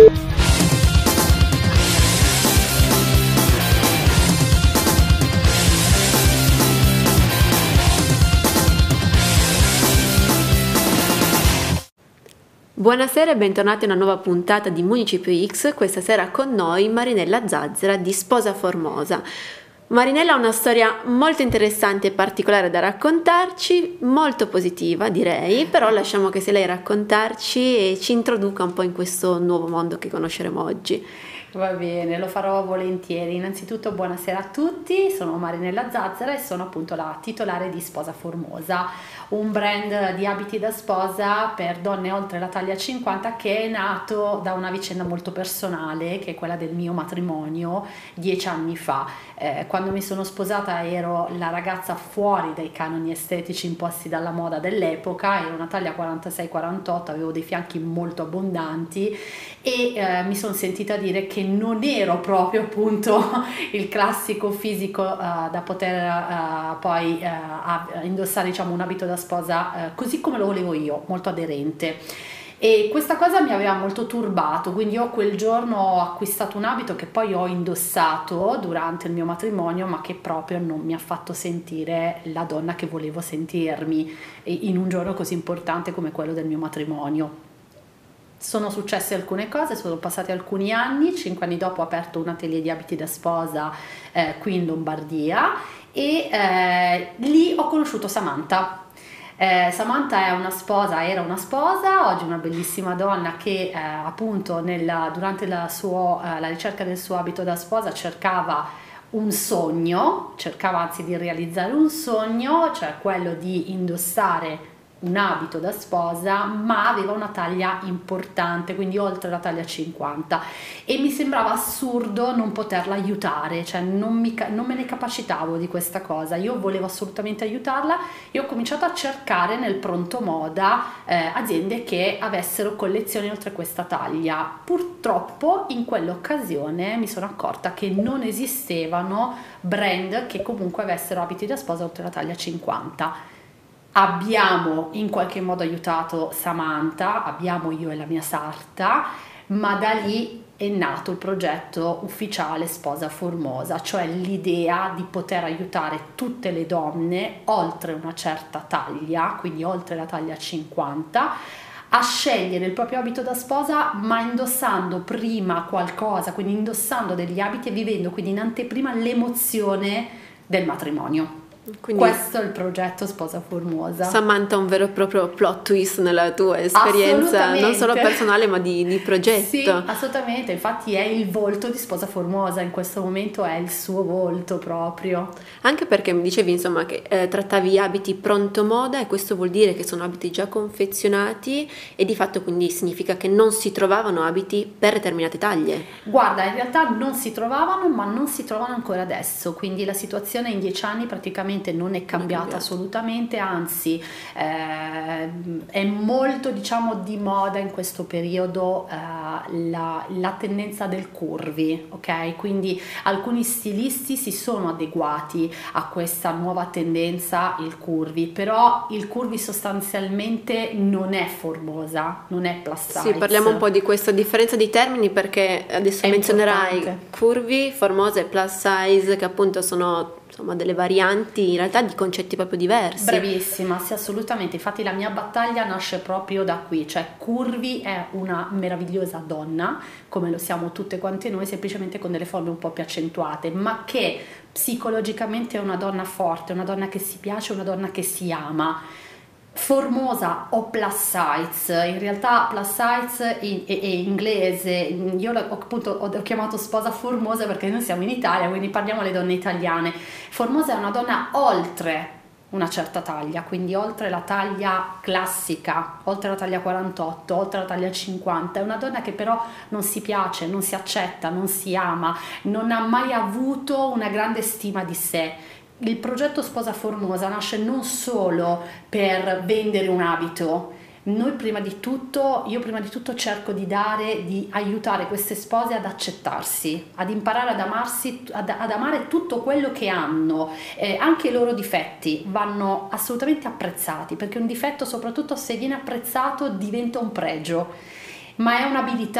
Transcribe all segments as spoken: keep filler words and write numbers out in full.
Buonasera e bentornati a una nuova puntata di Municipio X, questa sera con noi Marinella Zazzera di Sposa Formosa. Marinella ha una storia molto interessante e particolare da raccontarci, molto positiva direi, però lasciamo che sia lei a raccontarci e ci introduca un po' in questo nuovo mondo che conosceremo oggi. Va bene, lo farò volentieri. Innanzitutto buonasera a tutti, sono Marinella Zazzera e sono appunto la titolare di Sposa Formosa, un brand di abiti da sposa per donne oltre la taglia cinquanta che è nato da una vicenda molto personale, che è quella del mio matrimonio dieci anni fa. Eh, quando mi sono sposata ero la ragazza fuori dai canoni estetici imposti dalla moda dell'epoca, ero una taglia quarantasei quarantotto, avevo dei fianchi molto abbondanti e eh, mi sono sentita dire che non ero proprio appunto il classico fisico uh, da poter uh, poi uh, indossare, diciamo, un abito da sposa uh, così come lo volevo io, molto aderente. E questa cosa mi aveva molto turbato, quindi io quel giorno ho acquistato un abito che poi ho indossato durante il mio matrimonio, ma che proprio non mi ha fatto sentire la donna che volevo sentirmi in un giorno così importante come quello del mio matrimonio. Sono successe alcune cose, sono passati alcuni anni, cinque anni dopo ho aperto un atelier di abiti da sposa eh, qui in Lombardia e eh, lì ho conosciuto Samantha. Eh, Samantha è una sposa, era una sposa, oggi una bellissima donna che eh, appunto nella, durante la, suo, eh, la ricerca del suo abito da sposa cercava un sogno, cercava anzi di realizzare un sogno, cioè quello di indossare un abito da sposa, ma aveva una taglia importante, quindi oltre la taglia cinquanta, e mi sembrava assurdo non poterla aiutare, cioè non, mi, non me ne capacitavo di questa cosa. Io volevo assolutamente aiutarla e ho cominciato a cercare nel pronto moda eh, aziende che avessero collezioni oltre questa taglia. Purtroppo in quell'occasione mi sono accorta che non esistevano brand che comunque avessero abiti da sposa oltre la taglia cinquanta. Abbiamo in qualche modo aiutato Samantha, abbiamo io e la mia sarta, ma da lì è nato il progetto ufficiale Sposa Formosa, cioè l'idea di poter aiutare tutte le donne oltre una certa taglia, quindi oltre la taglia cinquanta, a scegliere il proprio abito da sposa, ma indossando prima qualcosa, quindi indossando degli abiti e vivendo quindi in anteprima l'emozione del matrimonio. Quindi questo è il progetto Sposa Formosa. Samantha, un vero e proprio plot twist nella tua esperienza, non solo personale ma di, di progetto. Sì, assolutamente, infatti è il volto di Sposa Formosa, in questo momento è il suo volto proprio. Anche perché mi dicevi insomma che eh, trattavi abiti pronto moda e questo vuol dire che sono abiti già confezionati e di fatto quindi significa che non si trovavano abiti per determinate taglie. Guarda, in realtà non si trovavano, ma non si trovano ancora adesso, quindi la situazione in dieci anni praticamente non è cambiata assolutamente, anzi eh, è molto, diciamo, di moda in questo periodo eh, la, la tendenza del curvy, ok? Quindi alcuni stilisti si sono adeguati a questa nuova tendenza, il curvy, però il curvy sostanzialmente non è formosa, non è plus size. Sì, parliamo un po' di questa differenza di termini perché adesso è menzionerai importante. Curvy, formosa e plus size, che appunto sono insomma delle varianti in realtà di concetti proprio diversi. Bravissima, sì, assolutamente, infatti la mia battaglia nasce proprio da qui, cioè Curvy è una meravigliosa donna, come lo siamo tutte quante noi, semplicemente con delle forme un po' più accentuate, ma che psicologicamente è una donna forte, una donna che si piace, una donna che si ama. Formosa o plus size, in realtà plus size è inglese, io ho, appunto ho, ho chiamato sposa formosa perché noi siamo in Italia, quindi parliamo alle donne italiane. Formosa è una donna oltre una certa taglia, quindi oltre la taglia classica, oltre la taglia quarantotto, oltre la taglia cinquanta, è una donna che però non si piace, non si accetta, non si ama, non ha mai avuto una grande stima di sé. Il progetto Sposa Formosa nasce non solo per vendere un abito, noi prima di tutto, io prima di tutto cerco di dare, di aiutare queste spose ad accettarsi, ad imparare ad amarsi, ad, ad amare tutto quello che hanno, eh, anche i loro difetti vanno assolutamente apprezzati, perché un difetto, soprattutto se viene apprezzato, diventa un pregio, ma è un'abilità.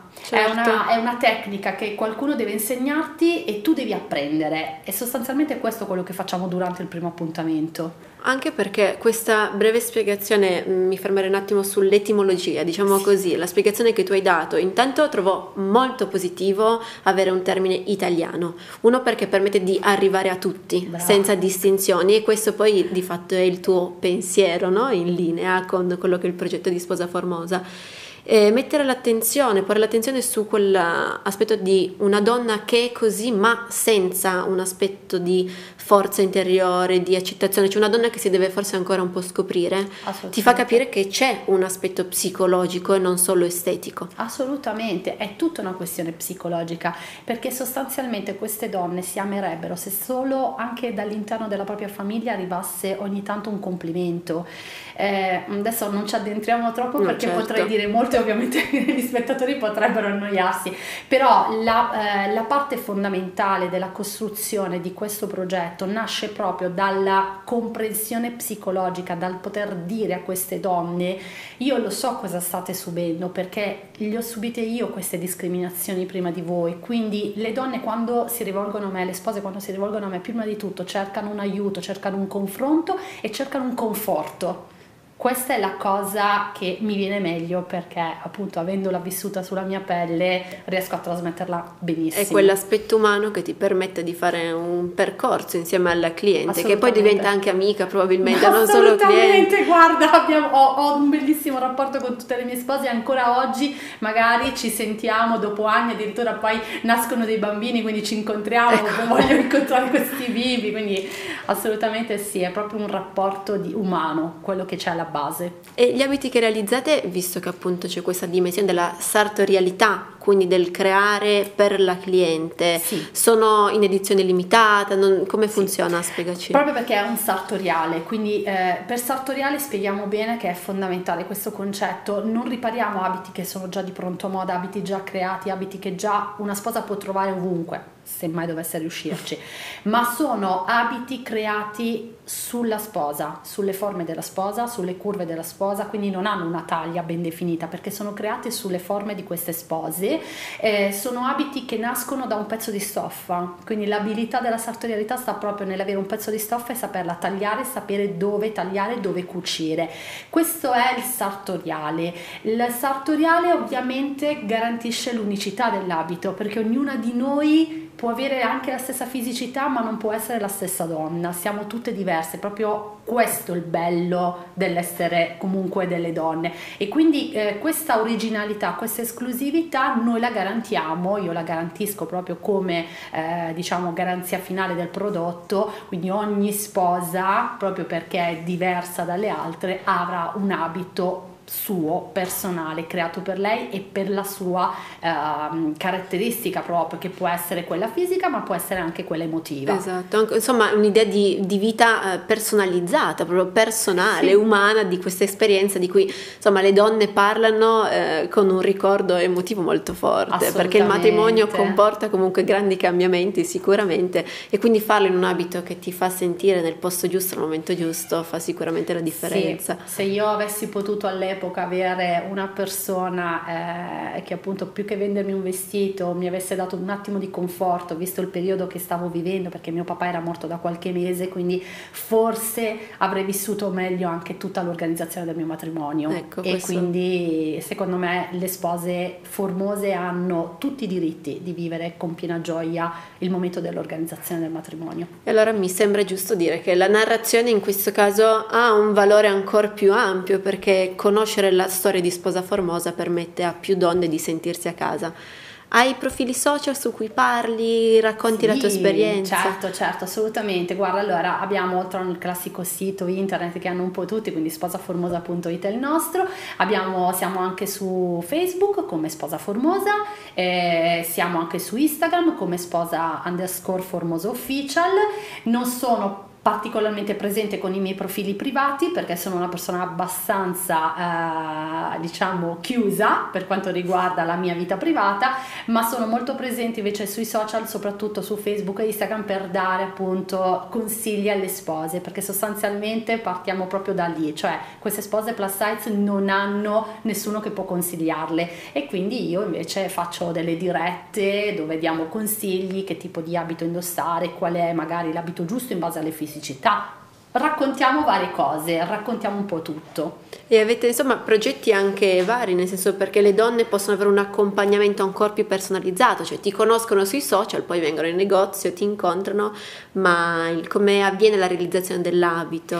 Certo. È una, è una tecnica che qualcuno deve insegnarti e tu devi apprendere, e sostanzialmente questo è quello che facciamo durante il primo appuntamento. Anche perché questa breve spiegazione, mh, mi fermerei un attimo sull'etimologia, diciamo così, la spiegazione che tu hai dato, intanto trovo molto positivo avere un termine italiano, uno perché permette di arrivare a tutti, Brava. senza distinzioni, e questo poi di fatto è il tuo pensiero, no? In linea con quello che è il progetto di Sposa Formosa. E mettere l'attenzione, porre l'attenzione su quell'aspetto di una donna che è così ma senza un aspetto di forza interiore, di accettazione, cioè una donna che si deve forse ancora un po' scoprire, ti fa capire che c'è un aspetto psicologico e non solo estetico. Assolutamente, è tutta una questione psicologica, perché sostanzialmente queste donne si amerebbero se solo anche dall'interno della propria famiglia arrivasse ogni tanto un complimento. Eh, adesso non ci addentriamo troppo No, perché certo. potrei dire molto e ovviamente gli spettatori potrebbero annoiarsi, però la, eh, la parte fondamentale della costruzione di questo progetto nasce proprio dalla comprensione psicologica, dal poter dire a queste donne: io lo so cosa state subendo perché le ho subite io queste discriminazioni prima di voi, quindi le donne quando si rivolgono a me, le spose quando si rivolgono a me, prima di tutto cercano un aiuto, cercano un confronto e cercano un conforto. Questa è la cosa che mi viene meglio perché appunto avendola vissuta sulla mia pelle riesco a trasmetterla benissimo. È quell'aspetto umano che ti permette di fare un percorso insieme alla cliente, che poi diventa anche amica probabilmente, non solo cliente. Assolutamente, guarda, abbiamo, ho, ho un bellissimo rapporto con tutte le mie spose, ancora oggi magari ci sentiamo dopo anni, addirittura poi nascono dei bambini, quindi ci incontriamo, ecco. Voglio incontrare questi bimbi, quindi assolutamente sì, è proprio un rapporto di umano, quello che c'è alla base. E gli abiti che realizzate, visto che appunto c'è questa dimensione della sartorialità, quindi del creare per la cliente, sì. sono in edizione limitata? Non, come funziona? Sì. Spiegaci. Proprio perché è un sartoriale, quindi eh, per sartoriale spieghiamo bene che è fondamentale questo concetto: non ripariamo abiti che sono già di pronto moda, abiti già creati, abiti che già una sposa può trovare ovunque, se mai dovesse riuscirci, ma sono abiti creati sulla sposa, sulle forme della sposa, sulle curve della sposa, quindi non hanno una taglia ben definita perché sono creati sulle forme di queste spose. Eh, sono abiti che nascono da un pezzo di stoffa, quindi l'abilità della sartorialità sta proprio nell'avere un pezzo di stoffa e saperla tagliare, sapere dove tagliare, dove cucire. Questo è il sartoriale. Il sartoriale ovviamente garantisce l'unicità dell'abito perché ognuna di noi può avere anche la stessa fisicità ma non può essere la stessa donna, siamo tutte diverse, proprio questo è il bello dell'essere comunque delle donne, e quindi eh, questa originalità, questa esclusività noi la garantiamo, io la garantisco proprio come eh, diciamo garanzia finale del prodotto, quindi ogni sposa, proprio perché è diversa dalle altre, avrà un abito suo, personale, creato per lei e per la sua uh, caratteristica proprio, che può essere quella fisica ma può essere anche quella emotiva. Esatto, insomma un'idea di, di vita uh, personalizzata, proprio personale, sì. umana, di questa esperienza di cui insomma le donne parlano uh, con un ricordo emotivo molto forte, perché il matrimonio comporta comunque grandi cambiamenti sicuramente, e quindi farlo in un abito che ti fa sentire nel posto giusto, al momento giusto, fa sicuramente la differenza. Sì, se io avessi potuto all'epoca avere una persona eh, che appunto più che vendermi un vestito mi avesse dato un attimo di conforto, visto il periodo che stavo vivendo, perché mio papà era morto da qualche mese, quindi forse avrei vissuto meglio anche tutta l'organizzazione del mio matrimonio. Ecco, e questo. Quindi secondo me le spose formose hanno tutti i diritti di vivere con piena gioia il momento dell'organizzazione del matrimonio. E allora mi sembra giusto dire che la narrazione in questo caso ha un valore ancora più ampio, perché conoscere la storia di Sposa Formosa permette a più donne di sentirsi a casa. Hai profili social su cui parli, racconti sì, la tua esperienza? Certo, certo, assolutamente. Guarda, allora abbiamo, oltre al classico sito internet che hanno un po' tutti, quindi sposaformosa punto it è il nostro, abbiamo, siamo anche su Facebook come Sposa Formosa, eh, siamo anche su Instagram come sposa underscore formosa official. Non sono particolarmente presente con i miei profili privati perché sono una persona abbastanza eh, diciamo chiusa per quanto riguarda la mia vita privata, ma sono molto presente invece sui social, soprattutto su Facebook e Instagram, per dare appunto consigli alle spose, perché sostanzialmente partiamo proprio da lì, cioè queste spose plus size non hanno nessuno che può consigliarle, e quindi io invece faccio delle dirette dove diamo consigli, che tipo di abito indossare, qual è magari l'abito giusto in base alle fisicità. Raccontiamo varie cose, raccontiamo un po' tutto. E avete insomma progetti anche vari, nel senso, perché le donne possono avere un accompagnamento ancora più personalizzato, cioè ti conoscono sui social, poi vengono in negozio, ti incontrano, ma il, come avviene la realizzazione dell'abito?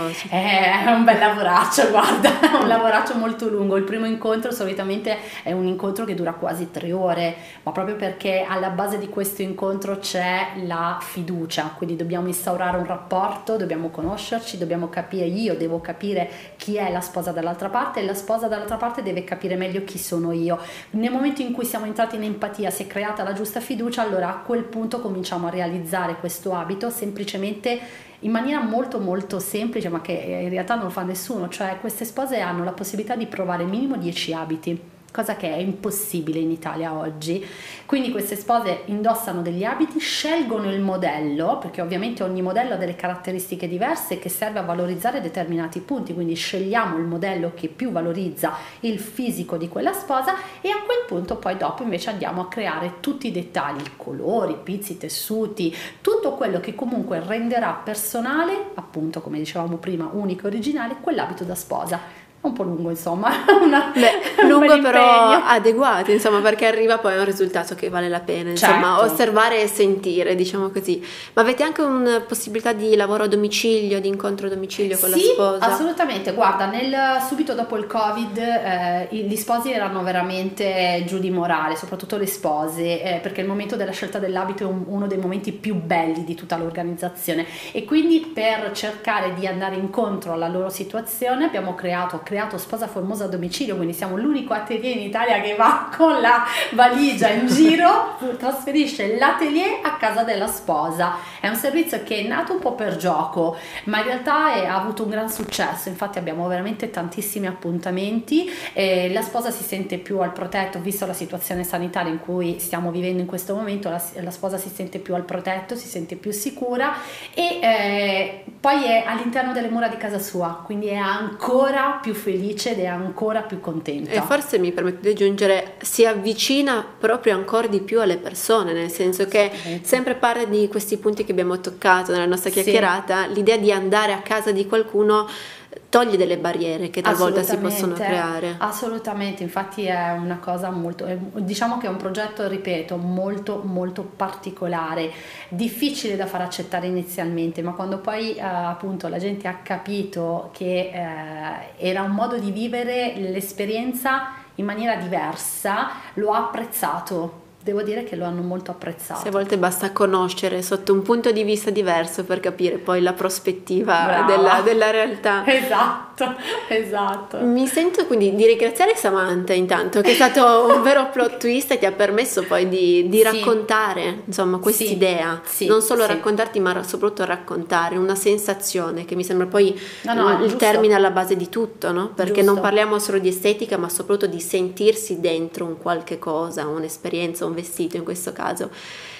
È un bel lavoraccio, guarda, è un lavoraccio molto lungo. Il primo incontro solitamente è un incontro che dura quasi tre ore, ma proprio perché alla base di questo incontro c'è la fiducia, quindi dobbiamo instaurare un rapporto, dobbiamo conoscerci, dobbiamo capire, io devo capire chi è la sposa dall'altra parte e la sposa dall'altra parte deve capire meglio chi sono io. Nel momento in cui siamo entrati in empatia, si è creata la giusta fiducia, allora a quel punto cominciamo a realizzare questo abito semplicemente in maniera molto molto semplice, ma che in realtà non fa nessuno, cioè queste spose hanno la possibilità di provare minimo dieci abiti, cosa che è impossibile in Italia oggi. Quindi queste spose indossano degli abiti, scelgono il modello, perché ovviamente ogni modello ha delle caratteristiche diverse che serve a valorizzare determinati punti, quindi scegliamo il modello che più valorizza il fisico di quella sposa, e a quel punto poi dopo invece andiamo a creare tutti i dettagli, i colori, i pizzi, i tessuti, tutto quello che comunque renderà personale, appunto come dicevamo prima, unico e originale, quell'abito da sposa. Un po' lungo, insomma, una, Beh, lungo però adeguato, insomma, perché arriva poi a un risultato che vale la pena, insomma, certo. Osservare e sentire, diciamo così. Ma avete anche una possibilità di lavoro a domicilio, di incontro a domicilio con sì, la sposa? Sì, assolutamente. Guarda, nel, subito dopo il Covid eh, gli sposi erano veramente giù di morale, soprattutto le spose, eh, perché il momento della scelta dell'abito è un, uno dei momenti più belli di tutta l'organizzazione, e quindi per cercare di andare incontro alla loro situazione abbiamo creato creato Sposa Formosa a domicilio, quindi siamo l'unico atelier in Italia che va con la valigia in giro, trasferisce l'atelier a casa della sposa. È un servizio che è nato un po' per gioco, ma in realtà è, ha avuto un gran successo, infatti abbiamo veramente tantissimi appuntamenti, e la sposa si sente più al protetto, visto la situazione sanitaria in cui stiamo vivendo in questo momento, la, la sposa si sente più al protetto, si sente più sicura, e eh, poi è all'interno delle mura di casa sua, quindi è ancora più felice ed è ancora più contenta. E forse, mi permetto di aggiungere, si avvicina proprio ancora di più alle persone, nel senso che sempre parla di questi punti che abbiamo toccato nella nostra chiacchierata, sì. L'idea di andare a casa di qualcuno toglie delle barriere che talvolta si possono creare. Assolutamente, infatti è una cosa molto, è, diciamo che è un progetto, ripeto, molto molto particolare, difficile da far accettare inizialmente, ma quando poi eh, appunto la gente ha capito che eh, era un modo di vivere l'esperienza in maniera diversa, lo ha apprezzato. Devo dire che lo hanno molto apprezzato. Se a volte basta conoscere sotto un punto di vista diverso per capire poi la prospettiva della, della realtà. Esatto, esatto. Mi sento quindi di ringraziare Samantha intanto, che è stato un vero plot twist e ti ha permesso poi di, di sì. raccontare insomma quest'idea, sì, sì, non solo sì. raccontarti ma soprattutto raccontare una sensazione che mi sembra poi no, no, il giusto. termine alla base di tutto, no? Perché giusto. non parliamo solo di estetica ma soprattutto di sentirsi dentro un qualche cosa, un'esperienza, un vestito in questo caso.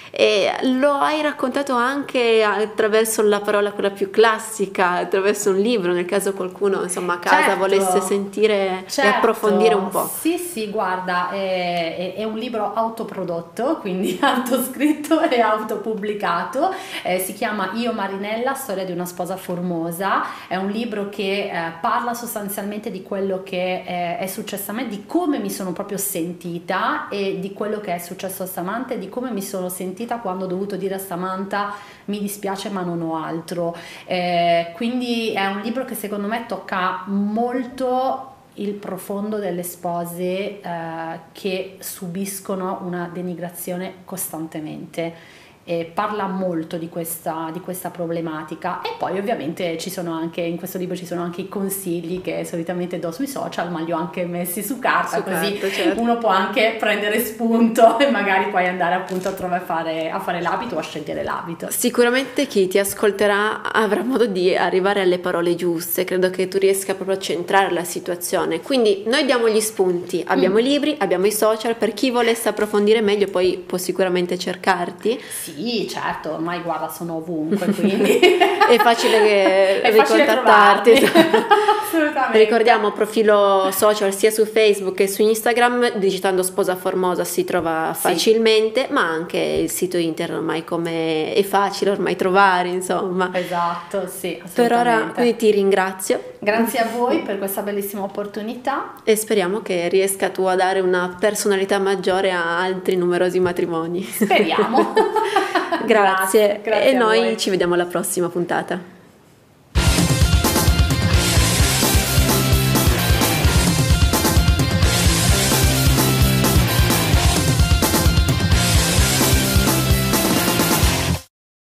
E lo hai raccontato anche attraverso la parola quella più classica, attraverso un libro, nel caso qualcuno insomma a casa certo, volesse sentire certo. e approfondire un po'. Sì sì, guarda, è, è un libro autoprodotto, quindi autoscritto e autopubblicato, eh, si chiama Io Marinella, storia di una sposa formosa. È un libro che eh, parla sostanzialmente di quello che è, è successo a me, di come mi sono proprio sentita e di quello che è successo a Samantha e di come mi sono sentita quando ho dovuto dire a Samantha mi dispiace ma non ho altro, eh, quindi è un libro che secondo me tocca molto il profondo delle spose eh, che subiscono una denigrazione costantemente, e parla molto di questa, di questa problematica. E poi ovviamente ci sono anche, in questo libro ci sono anche i consigli che solitamente do sui social, ma li ho anche messi su carta, su così carta, certo. uno può anche prendere spunto e magari poi andare appunto a trovare a fare, a fare l'abito o a scegliere l'abito. Sicuramente chi ti ascolterà avrà modo di arrivare alle parole giuste, credo che tu riesca proprio a centrare la situazione, quindi noi diamo gli spunti, abbiamo Mm. i libri, abbiamo i social, per chi volesse approfondire meglio poi può sicuramente cercarti. Sì, certo, ormai guarda, sono ovunque, quindi È facile che è facile ricontattarti. trovarmi. Assolutamente. Ricordiamo profilo social sia su Facebook che su Instagram, digitando Sposa Formosa si trova Sì. facilmente, ma anche il sito internet ormai come è facile ormai trovare, insomma. Esatto, sì, Per ora assolutamente. quindi ti ringrazio Grazie a voi per questa bellissima opportunità. e speriamo che riesca tu a dare una personalità maggiore a altri numerosi matrimoni. Speriamo. Grazie, Grazie e a noi voi. ci vediamo alla prossima puntata.